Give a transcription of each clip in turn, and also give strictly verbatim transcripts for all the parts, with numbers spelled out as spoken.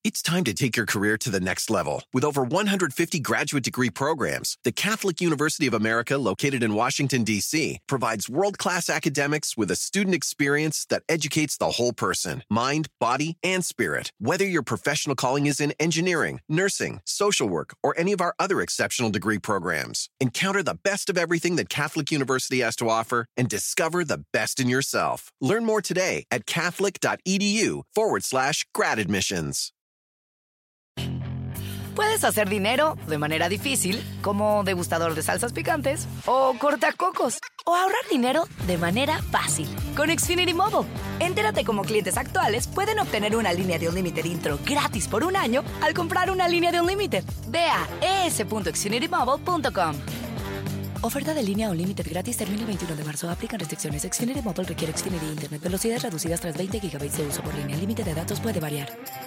It's time to take your career to the next level. With over one hundred fifty graduate degree programs, the Catholic University of America, located in Washington, D C, provides world-class academics with a student experience that educates the whole person, mind, body, and spirit. Whether your professional calling is in engineering, nursing, social work, or any of our other exceptional degree programs, encounter the best of everything that Catholic University has to offer and discover the best in yourself. Learn more today at catholic.edu forward slash grad admissions. Puedes hacer dinero de manera difícil, como degustador de salsas picantes, o cortacocos, o ahorrar dinero de manera fácil con Xfinity Mobile. Entérate cómo clientes actuales pueden obtener una línea de Unlimited intro gratis por un año al comprar una línea de Unlimited. Ve a e s punto xfinity mobile punto com. Oferta de línea Unlimited gratis termina el veintiuno de marzo. Aplican restricciones. Xfinity Mobile requiere Xfinity Internet. Velocidades reducidas tras veinte gigabytes de uso por línea. El límite de datos puede variar.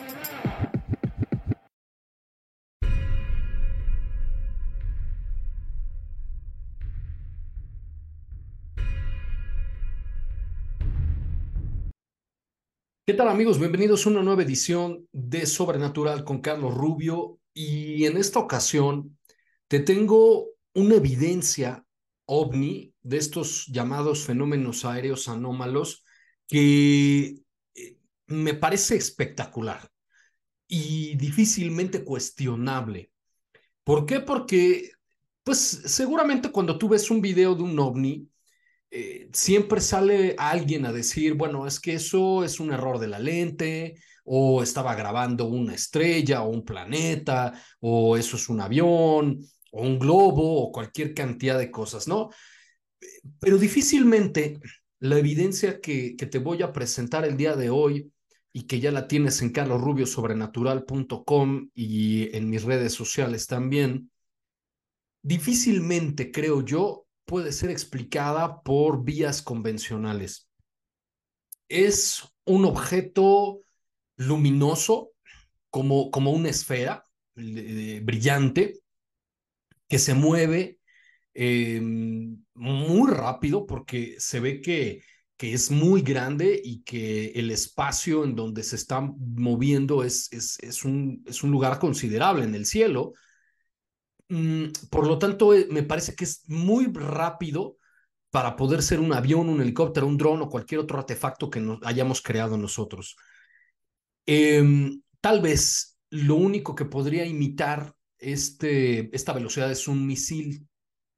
¿Qué tal, amigos? Bienvenidos a una nueva edición de Sobrenatural con Carlos Rubio, y en esta ocasión te tengo una evidencia ovni de estos llamados fenómenos aéreos anómalos que eh, me parece espectacular y difícilmente cuestionable. ¿Por qué? Porque pues seguramente cuando tú ves un video de un ovni, Eh, siempre sale alguien a decir, bueno, es que eso es un error de la lente, o estaba grabando una estrella o un planeta, o eso es un avión, o un globo, o cualquier cantidad de cosas, ¿no? Pero difícilmente la evidencia que, que te voy a presentar el día de hoy, y que ya la tienes en carlos rubio sobrenatural punto com y en mis redes sociales también, difícilmente, creo yo, puede ser explicada por vías convencionales. Es un objeto luminoso, como, como una esfera eh, brillante, que se mueve eh, muy rápido, porque se ve que, que es muy grande y que el espacio en donde se está moviendo es, es, es, un, es un lugar considerable en el cielo. Mm, por lo tanto, eh, me parece que es muy rápido para poder ser un avión, un helicóptero, un dron o cualquier otro artefacto que nos hayamos creado nosotros. Eh, Tal vez lo único que podría imitar este, esta velocidad es un misil.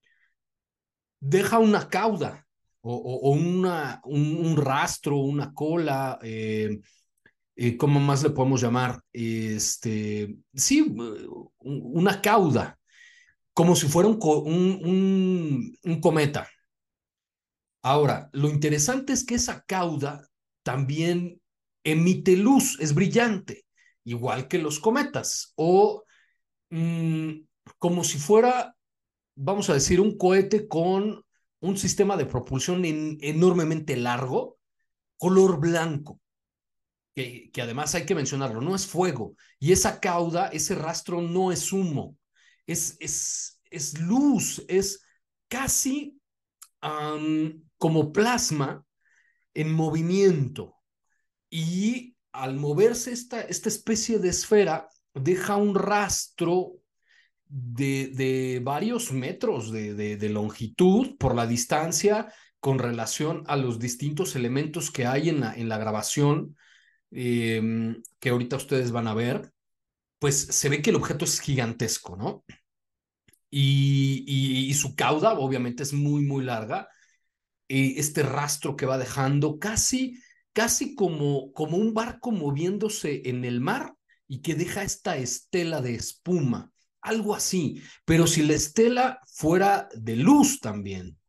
Deja una cauda o, o, o una, un, un, rastro, una cola, eh, eh, ¿cómo más le podemos llamar? Este, sí, una cauda, como si fuera un, un, un, un cometa. Ahora, lo interesante es que esa cauda también emite luz, es brillante, igual que los cometas, o mmm, como si fuera, vamos a decir, un cohete con un sistema de propulsión en, enormemente largo, color blanco, que, que además hay que mencionarlo, no es fuego, y esa cauda, ese rastro no es humo, es, es, es luz, es casi um, como plasma en movimiento, y al moverse esta, esta especie de esfera deja un rastro de, de varios metros de, de, de longitud por la distancia con relación a los distintos elementos que hay en la, en la grabación, eh, que ahorita ustedes van a ver. Pues se ve que el objeto es gigantesco, ¿no? Y, y, y su cauda obviamente es muy, muy larga. Eh, este rastro que va dejando casi, casi como, como un barco moviéndose en el mar y que deja esta estela de espuma, algo así, pero si la estela fuera de luz también.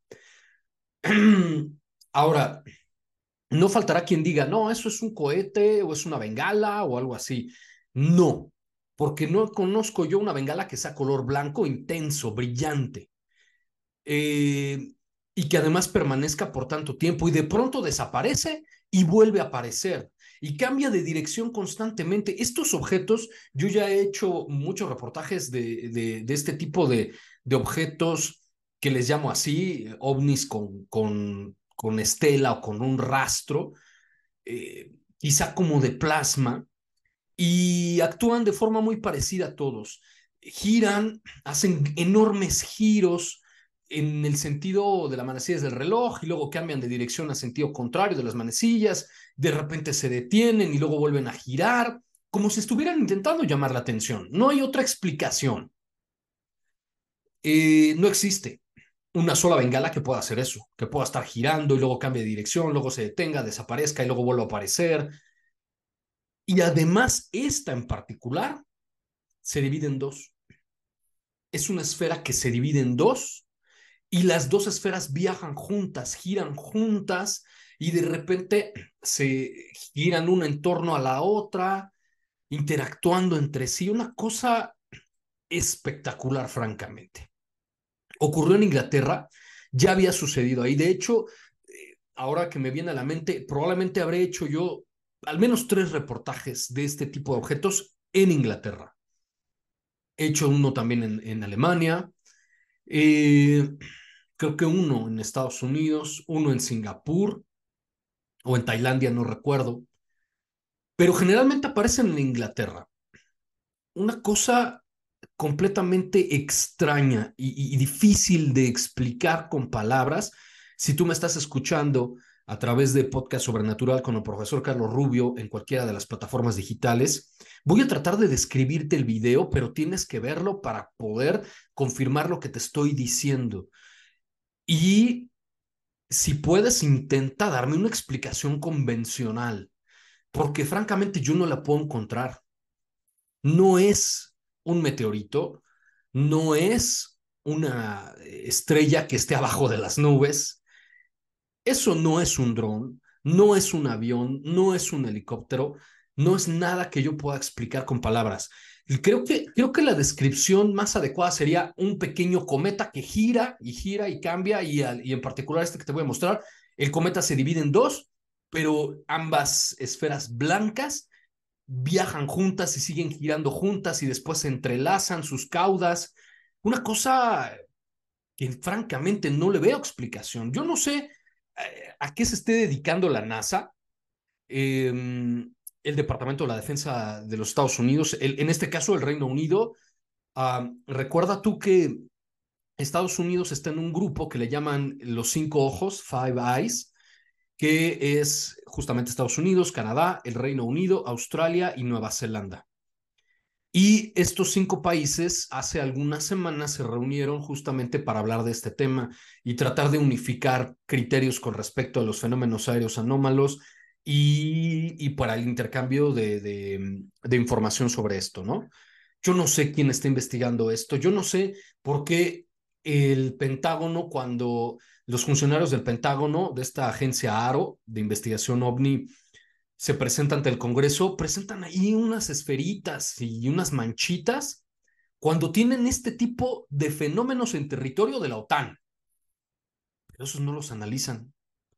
Ahora, no faltará quien diga, no, eso es un cohete o es una bengala o algo así. No, porque no conozco yo una bengala que sea color blanco intenso, brillante. Eh, y que además permanezca por tanto tiempo y de pronto desaparece y vuelve a aparecer y cambia de dirección constantemente. Estos objetos, yo ya he hecho muchos reportajes de, de, de este tipo de, de objetos que les llamo así, ovnis con, con, con estela o con un rastro, eh, quizá como de plasma, y actúan de forma muy parecida a todos. Giran, hacen enormes giros en el sentido de las manecillas del reloj y luego cambian de dirección a sentido contrario de las manecillas, de repente se detienen y luego vuelven a girar, como si estuvieran intentando llamar la atención. No hay otra explicación. Eh, no existe una sola bengala que pueda hacer eso, que pueda estar girando y luego cambie de dirección, luego se detenga, desaparezca y luego vuelva a aparecer. Y además, esta en particular se divide en dos. Es una esfera que se divide en dos y las dos esferas viajan juntas, giran juntas y de repente se giran una en torno a la otra, interactuando entre sí. Una cosa espectacular, francamente. Ocurrió en Inglaterra, ya había sucedido ahí. De hecho, ahora que me viene a la mente, probablemente habré hecho yo al menos tres reportajes de este tipo de objetos en Inglaterra. He hecho uno también en, en Alemania, eh, creo que uno en Estados Unidos, uno en Singapur o en Tailandia, no recuerdo, pero generalmente aparecen en Inglaterra. Una cosa completamente extraña y, y difícil de explicar con palabras. Si tú me estás escuchando a través de Podcast Sobrenatural con el profesor Carlos Rubio en cualquiera de las plataformas digitales, voy a tratar de describirte el video, pero tienes que verlo para poder confirmar lo que te estoy diciendo. Y si puedes, intenta darme una explicación convencional, porque francamente yo no la puedo encontrar. No es un meteorito, no es una estrella que esté abajo de las nubes. Eso no es un dron, no es un avión, no es un helicóptero, no es nada que yo pueda explicar con palabras. Creo que, creo que la descripción más adecuada sería un pequeño cometa que gira y gira y cambia y, y en particular este que te voy a mostrar, el cometa se divide en dos, pero ambas esferas blancas viajan juntas y siguen girando juntas y después se entrelazan sus caudas. Una cosa que francamente no le veo explicación. Yo no sé eh, a qué se esté dedicando la NASA, eh, el Departamento de la Defensa de los Estados Unidos, el, en este caso el Reino Unido. Uh, recuerda tú que Estados Unidos está en un grupo que le llaman los cinco ojos, Five Eyes, que es justamente Estados Unidos, Canadá, el Reino Unido, Australia y Nueva Zelanda. Y estos cinco países hace algunas semanas se reunieron justamente para hablar de este tema y tratar de unificar criterios con respecto a los fenómenos aéreos anómalos y, y para el intercambio de, de, de información sobre esto, ¿no? Yo no sé quién está investigando esto, yo no sé por qué el Pentágono, cuando los funcionarios del Pentágono, de esta agencia AARO de investigación OVNI, se presenta ante el Congreso, presentan ahí unas esferitas y unas manchitas cuando tienen este tipo de fenómenos en territorio de la OTAN. Pero esos no los analizan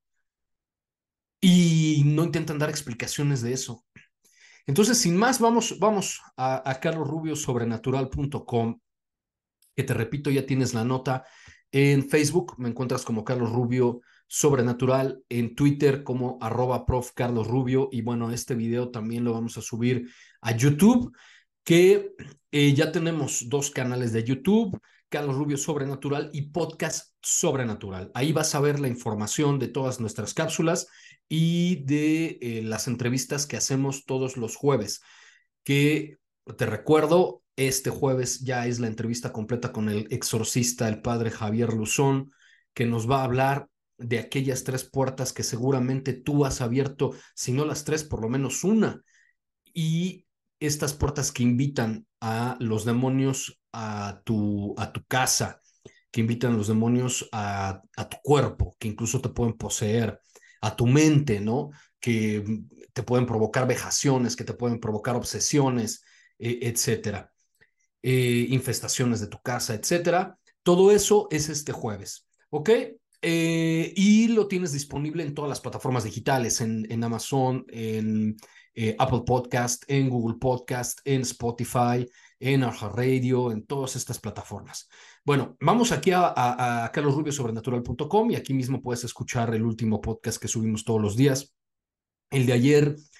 y no intentan dar explicaciones de eso. Entonces, sin más, vamos, vamos a, a carlos rubio sobrenatural punto com, que te repito, ya tienes la nota. En Facebook me encuentras como Carlos Rubio Sobrenatural, en Twitter como arroba prof Carlos Rubio, y bueno, este video también lo vamos a subir a YouTube, que eh, ya tenemos dos canales de YouTube, Carlos Rubio Sobrenatural y Podcast Sobrenatural. Ahí vas a ver la información de todas nuestras cápsulas y de eh, las entrevistas que hacemos todos los jueves, que te recuerdo, este jueves ya es la entrevista completa con el exorcista, el padre Javier Luzón, que nos va a hablar de aquellas tres puertas que seguramente tú has abierto, si no las tres, por lo menos una, y estas puertas que invitan a los demonios a tu, a tu casa, que invitan a los demonios a, a tu cuerpo, que incluso te pueden poseer, a tu mente, ¿no? Que te pueden provocar vejaciones, que te pueden provocar obsesiones, eh, etcétera. Eh, infestaciones de tu casa, etcétera. Todo eso es este jueves, ¿ok? Eh, y lo tienes disponible en todas las plataformas digitales, en, en Amazon, en eh, Apple Podcast, en Google Podcast, en Spotify, en iHeartRadio, en todas estas plataformas. Bueno, vamos aquí a, a, a carlos rubio sobrenatural punto com y aquí mismo puedes escuchar el último podcast que subimos todos los días. El de ayer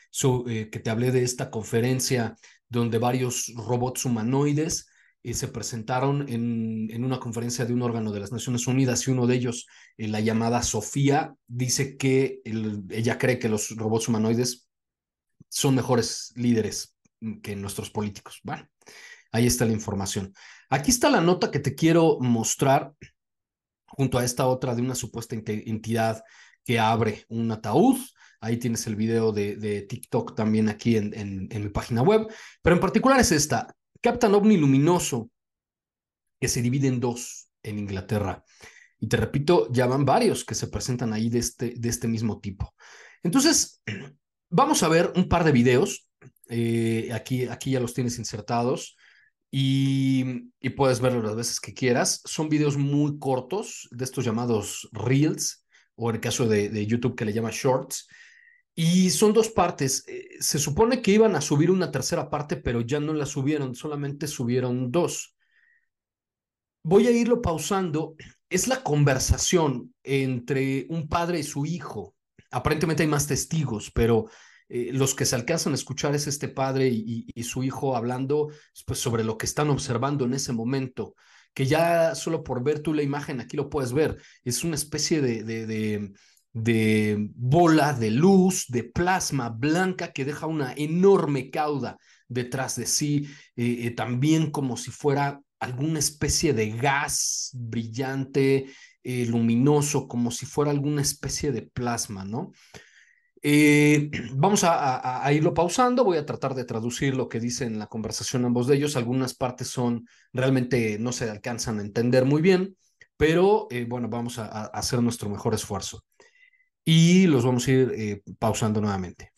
so, eh, que te hablé de esta conferencia donde varios robots humanoides eh, se presentaron en, en una conferencia de un órgano de las Naciones Unidas y uno de ellos, eh, la llamada Sofía, dice que el, ella cree que los robots humanoides son mejores líderes que nuestros políticos. Bueno, ahí está la información. Aquí está la nota que te quiero mostrar junto a esta otra de una supuesta entidad que abre un ataúd. Ahí tienes el video de, de TikTok también aquí en, en, en mi página web. Pero en particular es esta. Captan ovni luminoso que se divide en dos en Inglaterra. Y te repito, ya van varios que se presentan ahí de este, de este mismo tipo. Entonces, vamos a ver un par de videos. Eh, aquí, aquí ya los tienes insertados. Y, y puedes verlo las veces que quieras. Son videos muy cortos, de estos llamados Reels, o en el caso de, de YouTube que le llama Shorts. Y son dos partes. Eh, se supone que iban a subir una tercera parte, pero ya no la subieron, solamente subieron dos. Voy a irlo pausando. Es la conversación entre un padre y su hijo. Aparentemente hay más testigos, pero eh, los que se alcanzan a escuchar es este padre y, y, y su hijo hablando pues, sobre lo que están observando en ese momento, que ya solo por ver tú la imagen, aquí lo puedes ver, es una especie de, de, de, de bola de luz, de plasma blanca que deja una enorme cauda detrás de sí, eh, eh, también como si fuera alguna especie de gas brillante, eh, luminoso, como si fuera alguna especie de plasma, ¿no? Eh, vamos a, a, a, irlo pausando, voy a tratar de traducir lo que dicen en la conversación ambos de ellos, algunas partes son, realmente no se alcanzan a entender muy bien, pero eh, bueno, vamos a, a hacer nuestro mejor esfuerzo. Y los vamos a ir eh, pausando nuevamente.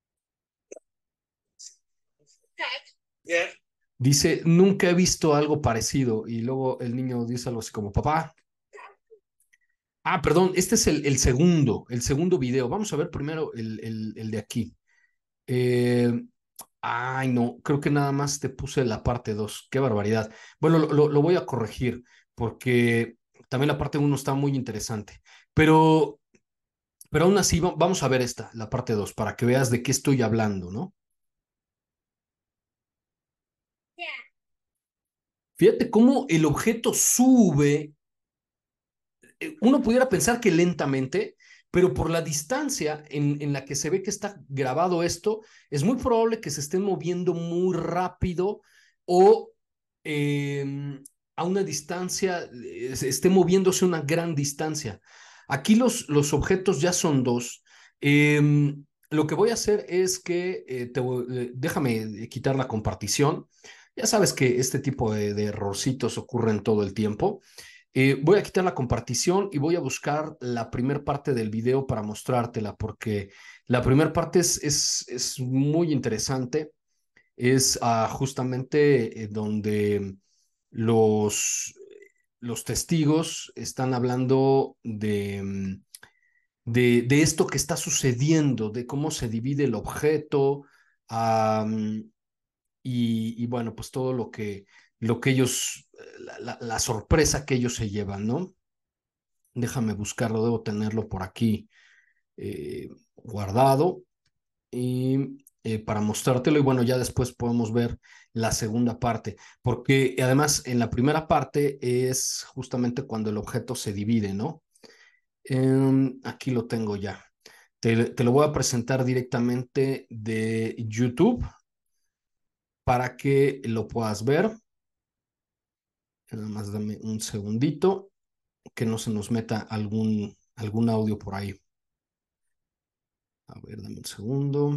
Yeah. Dice, nunca he visto algo parecido. Y luego el niño dice algo así como, papá. Ah, perdón, este es el, el segundo, el segundo video. Vamos a ver primero el, el, el de aquí. Eh, ay, no, creo que nada más te puse la parte dos. Qué barbaridad. Bueno, lo, lo, lo voy a corregir porque también la parte uno está muy interesante. Pero, pero aún así, vamos a ver esta, la parte dos, para que veas de qué estoy hablando, ¿no? Yeah. Fíjate cómo el objeto sube. Uno pudiera pensar que lentamente, pero por la distancia en, en la que se ve que está grabado esto, es muy probable que se estén moviendo muy rápido o eh, a una distancia, eh, esté moviéndose una gran distancia. Aquí los, los objetos ya son dos. Eh, lo que voy a hacer es que, eh, te, eh, déjame quitar la compartición. Ya sabes que este tipo de, de errorcitos ocurren todo el tiempo. Eh, voy a quitar la compartición y voy a buscar la primera parte del video para mostrártela, porque la primera parte es, es, es muy interesante. Es uh, justamente eh, donde los, los testigos están hablando de, de, de esto que está sucediendo, de cómo se divide el objeto, um, y, y bueno, pues todo lo que, lo que ellos, la, la, la sorpresa que ellos se llevan, ¿no? Déjame buscarlo, debo tenerlo por aquí eh, guardado y eh, para mostrártelo y bueno, ya después podemos ver la segunda parte, porque además en la primera parte es justamente cuando el objeto se divide, ¿no? Eh, aquí lo tengo ya. Te, te lo voy a presentar directamente de YouTube para que lo puedas ver. Nada más dame un segundito, que no se nos meta algún, algún audio por ahí. A ver, dame un segundo.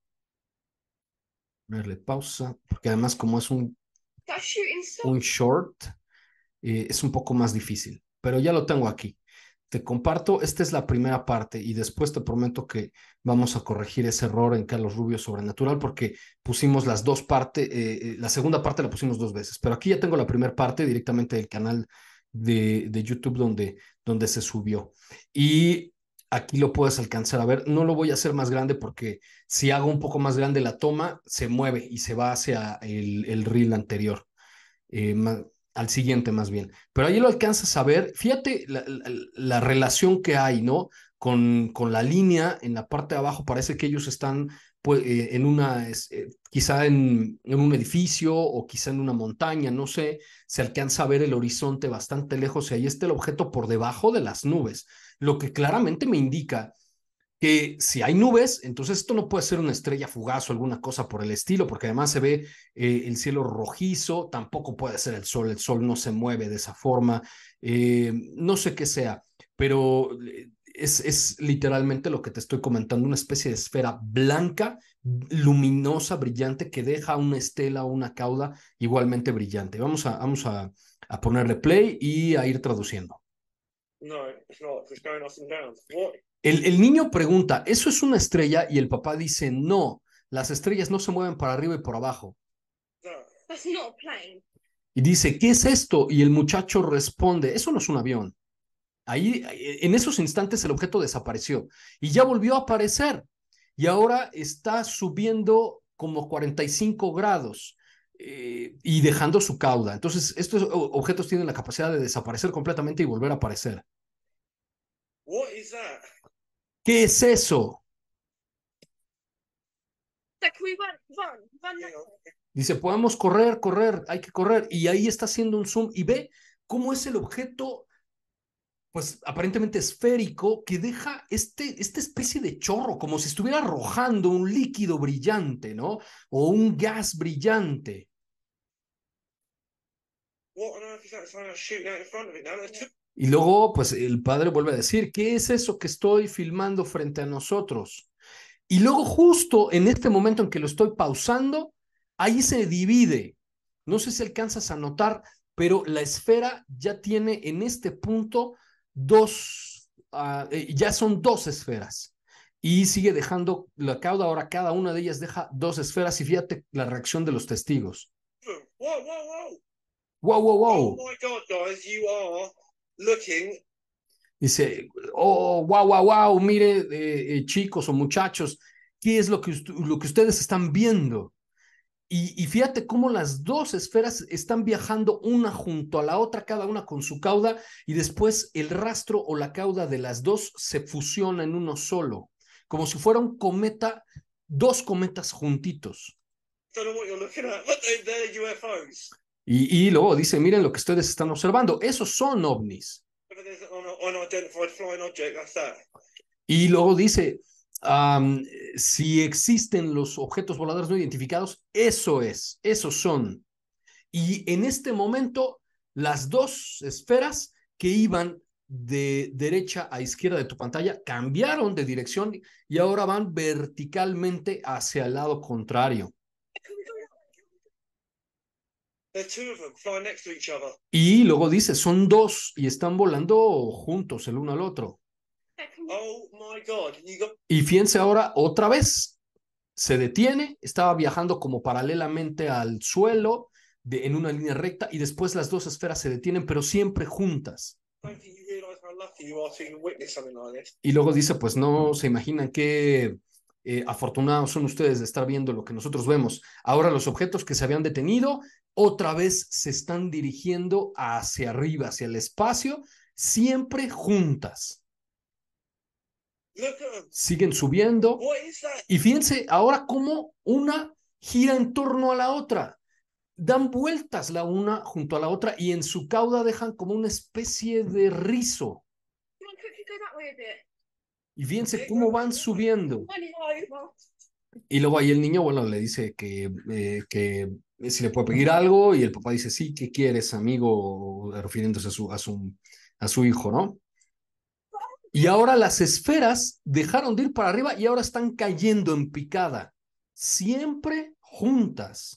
Darle pausa, porque además como es un, un short, eh, es un poco más difícil, pero ya lo tengo aquí. Te comparto, esta es la primera parte y después te prometo que vamos a corregir ese error en Carlos Rubio Sobrenatural porque pusimos las dos partes, eh, la segunda parte la pusimos dos veces, pero aquí ya tengo la primera parte directamente del canal de, de YouTube donde, donde se subió. Y aquí lo puedes alcanzar a ver. No lo voy a hacer más grande porque si hago un poco más grande la toma, se mueve y se va hacia el, el reel anterior. Eh, más, al siguiente más bien. Pero ahí lo alcanzas a ver. Fíjate la, la, la relación que hay, ¿no? Con, con la línea en la parte de abajo parece que ellos están pues, eh, en una, eh, quizá en, en un edificio o quizá en una montaña, no sé, se alcanza a ver el horizonte bastante lejos y ahí está el objeto por debajo de las nubes, lo que claramente me indica que si hay nubes, entonces esto no puede ser una estrella fugaz o alguna cosa por el estilo, porque además se ve eh, el cielo rojizo, tampoco puede ser el sol, el sol no se mueve de esa forma, eh, no sé qué sea, pero es, es literalmente lo que te estoy comentando, una especie de esfera blanca, luminosa, brillante, que deja una estela o una cauda igualmente brillante. Vamos a, vamos a, a ponerle play y a ir traduciendo. No, it's not. It's going up and down. What? El, el niño pregunta, ¿eso es una estrella? Y el papá dice, no, las estrellas no se mueven para arriba y por abajo. No. That's not a plane. Y dice, ¿qué es esto? Y el muchacho responde, eso no es un avión. Ahí, en esos instantes, el objeto desapareció y ya volvió a aparecer. Y ahora está subiendo como cuarenta y cinco grados eh, y dejando su cauda. Entonces, estos objetos tienen la capacidad de desaparecer completamente y volver a aparecer. What is that? ¿Qué es eso? So can we run, run, run that Hang on. way? Dice, podemos correr, correr, hay que correr. Y ahí está haciendo un zoom y ve cómo es el objeto, pues aparentemente esférico, que deja este, esta especie de chorro, como si estuviera arrojando un líquido brillante, ¿no? O un gas brillante. What on earth is that? Something shooting out in front of it now. There's two. Y luego, pues el padre vuelve a decir, ¿qué es eso que estoy filmando frente a nosotros? Y luego justo en este momento en que lo estoy pausando, ahí se divide. No sé si alcanzas a notar, pero la esfera ya tiene en este punto dos, uh, eh, ya son dos esferas. Y sigue dejando la cauda, ahora cada una de ellas deja dos esferas y fíjate la reacción de los testigos. Whoa, whoa, whoa. Wow, wow, wow. Oh my God, guys, you are looking. Dice, oh, wow, wow, wow, mire, eh, eh, chicos o muchachos, ¿qué es lo que, lo que ustedes están viendo? Y, y fíjate cómo las dos esferas están viajando una junto a la otra, cada una con su cauda, y después el rastro o la cauda de las dos se fusiona en uno solo, como si fuera un cometa, dos cometas juntitos. Don't know what you're looking at, but they, they're U F Os. Y, y luego dice, miren lo que ustedes están observando, esos son ovnis. But there's an unidentified flying object, that's that. Y luego dice, um, si existen los objetos voladores no identificados, eso es, esos son. Y en este momento, las dos esferas que iban de derecha a izquierda de tu pantalla cambiaron de dirección y ahora van verticalmente hacia el lado contrario. Can we go that way? There are two of them flying next to each other. Y luego dice, son dos y están volando juntos el uno al otro. Yeah, can we- Oh my God, you got. Y fíjense ahora otra vez, se detiene, estaba viajando como paralelamente al suelo de, en una línea recta y después las dos esferas se detienen, pero siempre juntas. I don't think you realise how lucky you are to even witness something like this. Y luego dice, pues no se imaginan qué eh, afortunados son ustedes de estar viendo lo que nosotros vemos. Ahora los objetos que se habían detenido otra vez se están dirigiendo hacia arriba, hacia el espacio, siempre juntas. Look at them. Siguen subiendo. What is that? Y fíjense ahora cómo una gira en torno a la otra. Dan vueltas la una junto a la otra y en su cauda dejan como una especie de rizo. Come on, quickly go that way a bit. Y fíjense cómo van subiendo. Run it over. Y luego ahí el niño, bueno, le dice que, eh, que si le puede pedir algo y el papá dice, sí, ¿qué quieres, amigo? Refiriéndose a su, a su, a su hijo, ¿no? Y ahora las esferas dejaron de ir para arriba y ahora están cayendo en picada, siempre juntas.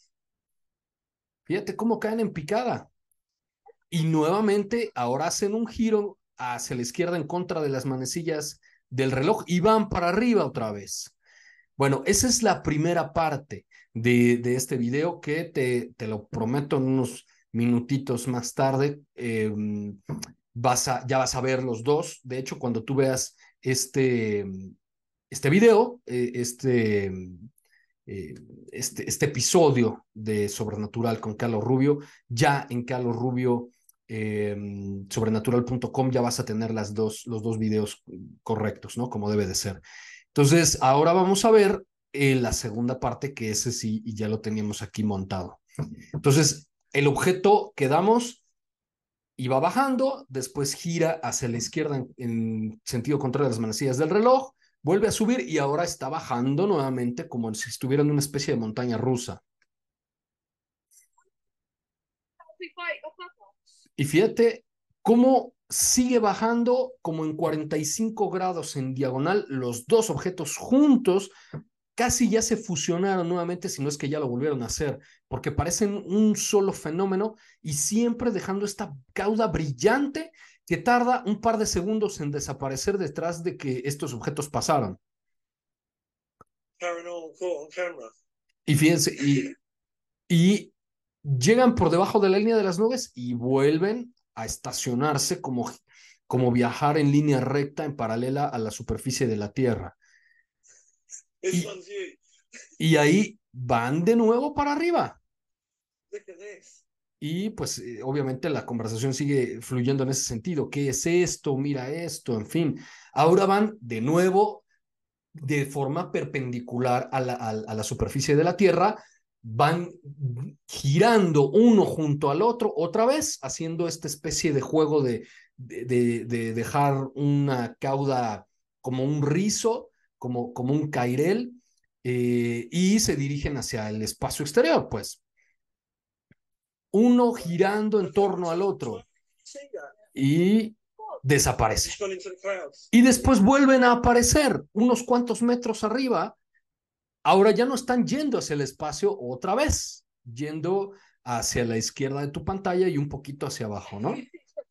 Fíjate cómo caen en picada. Y nuevamente ahora hacen un giro hacia la izquierda en contra de las manecillas del reloj y van para arriba otra vez. Bueno, esa es la primera parte de, de este video que te, te lo prometo en unos minutitos más tarde. Eh, vas a, ya vas a ver los dos. De hecho, cuando tú veas este, este video, eh, este, eh, este, este episodio de Sobrenatural con Carlos Rubio, ya en Carlos Rubio eh, sobrenatural punto com ya vas a tener las dos, los dos videos correctos, ¿no? Como debe de ser. Entonces, ahora vamos a ver eh, la segunda parte, que ese sí, y ya lo teníamos aquí montado. Entonces, el objeto, quedamos, iba bajando, después gira hacia la izquierda en, en sentido contrario a las manecillas del reloj, vuelve a subir y ahora está bajando nuevamente como si estuviera en una especie de montaña rusa. Y fíjate cómo sigue bajando como en cuarenta y cinco grados en diagonal, los dos objetos juntos, casi ya se fusionaron nuevamente, si no es que ya lo volvieron a hacer, porque parecen un solo fenómeno y siempre dejando esta cauda brillante que tarda un par de segundos en desaparecer detrás de que estos objetos pasaron. Paranormal caught on camera. Y fíjense, y, y llegan por debajo de la línea de las nubes y vuelven a estacionarse como, como viajar en línea recta en paralela a la superficie de la Tierra. This Y, one's you. y ahí van de nuevo para arriba. Look at this. Y pues eh, obviamente la conversación sigue fluyendo en ese sentido. ¿Qué es esto? Mira esto, en fin. Ahora van de nuevo de forma perpendicular a la, a, a la superficie de la Tierra, van girando uno junto al otro otra vez, haciendo esta especie de juego de, de, de, de dejar una cauda como un rizo, como, como un cairel, eh, y se dirigen hacia el espacio exterior, pues. Uno girando en torno al otro See that? y desaparece. It's gone into the clouds. Y después vuelven a aparecer unos cuantos metros arriba. Ahora ya no están yendo hacia el espacio otra vez, yendo hacia la izquierda de tu pantalla y un poquito hacia abajo, ¿no?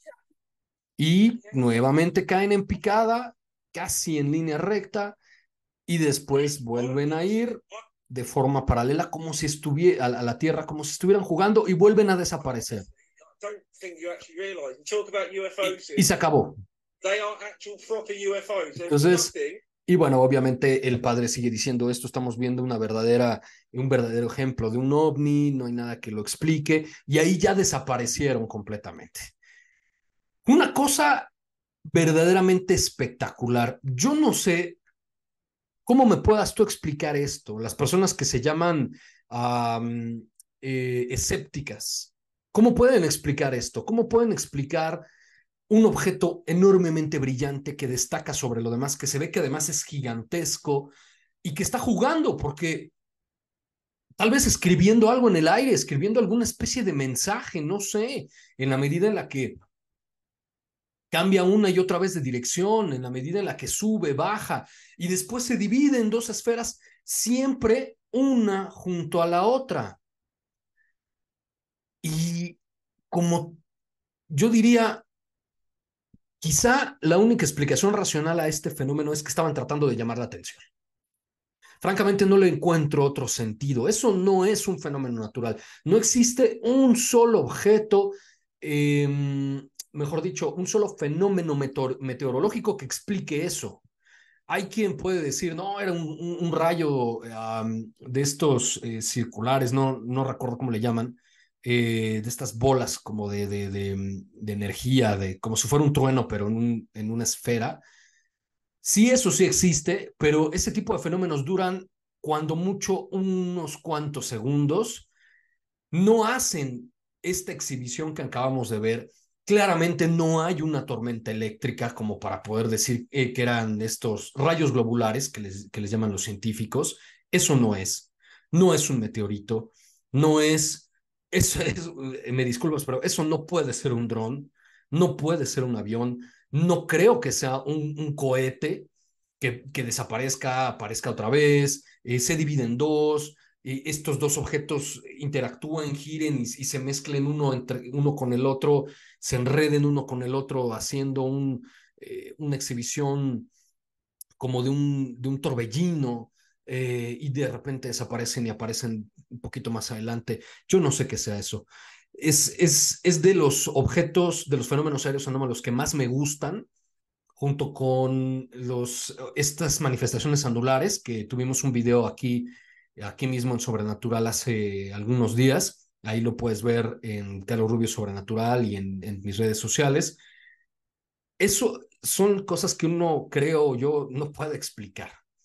Y nuevamente caen en picada, casi en línea recta, y después vuelven a ir de forma paralela como si estuviera a la Tierra, como si estuvieran jugando, y vuelven a desaparecer. I don't think you actually realise. You talk about U F Os. Y, y se acabó. They are actual proper U F Os. There's Entonces, nothing. y bueno, obviamente el padre sigue diciendo esto, estamos viendo una verdadera, un verdadero ejemplo de un ovni, no hay nada que lo explique, y ahí ya desaparecieron completamente. Una cosa verdaderamente espectacular. Yo no sé cómo me puedas tú explicar esto. Las personas que se llaman um, eh, escépticas, ¿cómo pueden explicar esto? ¿Cómo pueden explicar un objeto enormemente brillante que destaca sobre lo demás, que se ve que además es gigantesco y que está jugando porque tal vez escribiendo algo en el aire, escribiendo alguna especie de mensaje, no sé, en la medida en la que cambia una y otra vez de dirección, en la medida en la que sube, baja y después se divide en dos esferas, siempre una junto a la otra. Y como yo diría, quizá la única explicación racional a este fenómeno es que estaban tratando de llamar la atención. Francamente, no le encuentro otro sentido. Eso no es un fenómeno natural. No existe un solo objeto, eh, mejor dicho, un solo fenómeno meteorológico que explique eso. Hay quien puede decir, no, era un, un, un rayo um, de estos eh, circulares, no, no recuerdo cómo le llaman, eh, de estas bolas como de, de, de, de energía, de, como si fuera un trueno, pero en, un, en una esfera. Sí, eso sí existe, pero ese tipo de fenómenos duran cuando mucho unos cuantos segundos, no hacen esta exhibición que acabamos de ver. Claramente no hay una tormenta eléctrica como para poder decir eh, que eran estos rayos globulares que les, que les llaman los científicos. Eso no es. No es un meteorito. No es, eso es, me disculpas, pero eso no puede ser un dron. No puede ser un avión. No creo que sea un, un cohete que, que desaparezca, aparezca otra vez, eh, se divide en dos. Eh, estos dos objetos interactúan, giren y, y se mezclen uno, entre, uno con el otro, se enreden uno con el otro, haciendo un, eh, una exhibición como de un, de un torbellino, eh, y de repente desaparecen y aparecen un poquito más adelante. Yo no sé qué sea eso. Es, es, es de los objetos, de los fenómenos aéreos anómalos que más me gustan, junto con los, estas manifestaciones anulares, que tuvimos un video aquí, aquí mismo en Sobrenatural hace algunos días. Ahí lo puedes ver en Carlos Rubio Sobrenatural y en, en mis redes sociales. Eso son cosas que uno, creo yo, no puede explicar.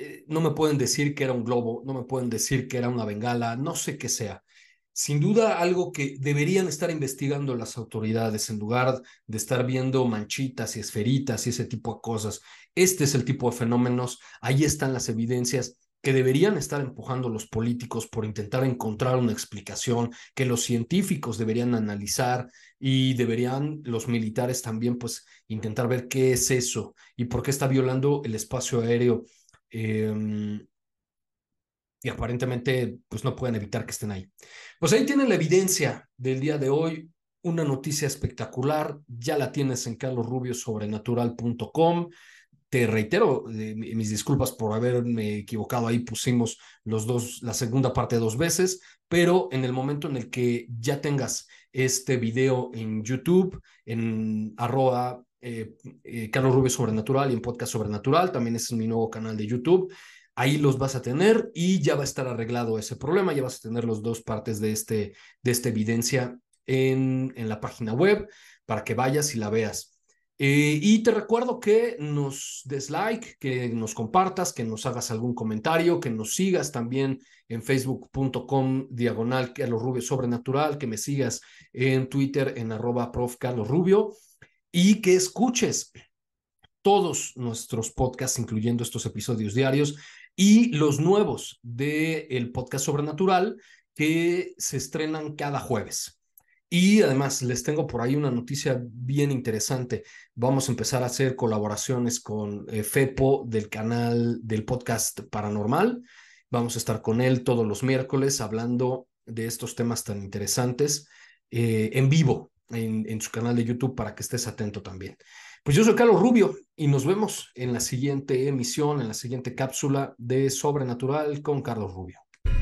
eh, no me pueden decir que era un globo, no me pueden decir que era una bengala, no sé qué sea. Sin duda, algo que deberían estar investigando las autoridades en lugar de estar viendo manchitas y esferitas y ese tipo de cosas. Este es el tipo de fenómenos, ahí están las evidencias que deberían estar empujando los políticos por intentar encontrar una explicación, que los científicos deberían analizar y deberían los militares también pues intentar ver qué es eso y por qué está violando el espacio aéreo. Eh, y aparentemente pues no pueden evitar que estén ahí. Pues ahí tienen la evidencia del día de hoy, una noticia espectacular, ya la tienes en carlos rubio sobrenatural punto com. Te reitero eh, mis disculpas por haberme equivocado, ahí pusimos los dos, la segunda parte dos veces, pero en el momento en el que ya tengas este video en YouTube, en arroba eh, eh, Carlos Rubio Sobrenatural y en Podcast Sobrenatural, también es mi nuevo canal de YouTube, ahí los vas a tener y ya va a estar arreglado ese problema, ya vas a tener las dos partes de, este, de esta evidencia en, en la página web para que vayas y la veas. Eh, y te recuerdo que nos des like, que nos compartas, que nos hagas algún comentario, que nos sigas también en facebook punto com diagonal Carlos Rubio Sobrenatural, que me sigas en Twitter en arroba prof Carlos Rubio y que escuches todos nuestros podcasts, incluyendo estos episodios diarios y los nuevos del podcast Sobrenatural que se estrenan cada jueves. Y además les tengo por ahí una noticia bien interesante. Vamos a empezar a hacer colaboraciones con eh, Fepo del canal del podcast Paranormal. Vamos a estar con él todos los miércoles hablando de estos temas tan interesantes eh, en vivo en, en su canal de YouTube para que estés atento también. Pues yo soy Carlos Rubio y nos vemos en la siguiente emisión, en la siguiente cápsula de Sobrenatural con Carlos Rubio.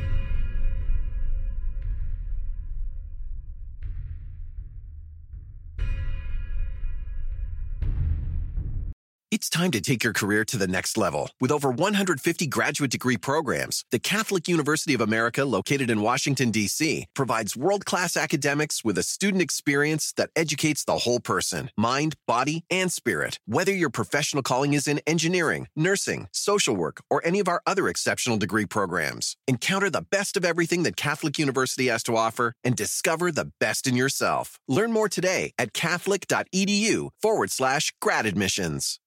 It's time to take your career to the next level. With over one hundred fifty graduate degree programs, the Catholic University of America, located in Washington, D C, provides world-class academics with a student experience that educates the whole person, mind, body, and spirit. Whether your professional calling is in engineering, nursing, social work, or any of our other exceptional degree programs, encounter the best of everything that Catholic University has to offer and discover the best in yourself. Learn more today at catholic.edu forward slash grad admissions.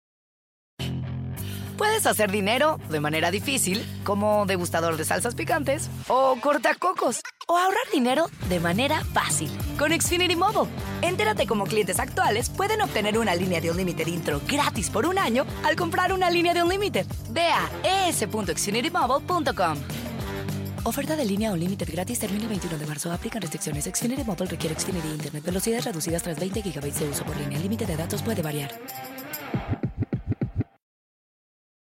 Puedes hacer dinero de manera difícil, como degustador de salsas picantes, o cortacocos, o ahorrar dinero de manera fácil con Xfinity Mobile. Entérate cómo clientes actuales pueden obtener una línea de Unlimited intro gratis por un año al comprar una línea de Unlimited. Ve a e s punto xfinity mobile punto com. Oferta de línea Unlimited gratis termina el veintiuno de marzo. Aplican restricciones. Xfinity Mobile requiere Xfinity Internet. Velocidades reducidas tras veinte gigabytes de uso por línea. El límite de datos puede variar.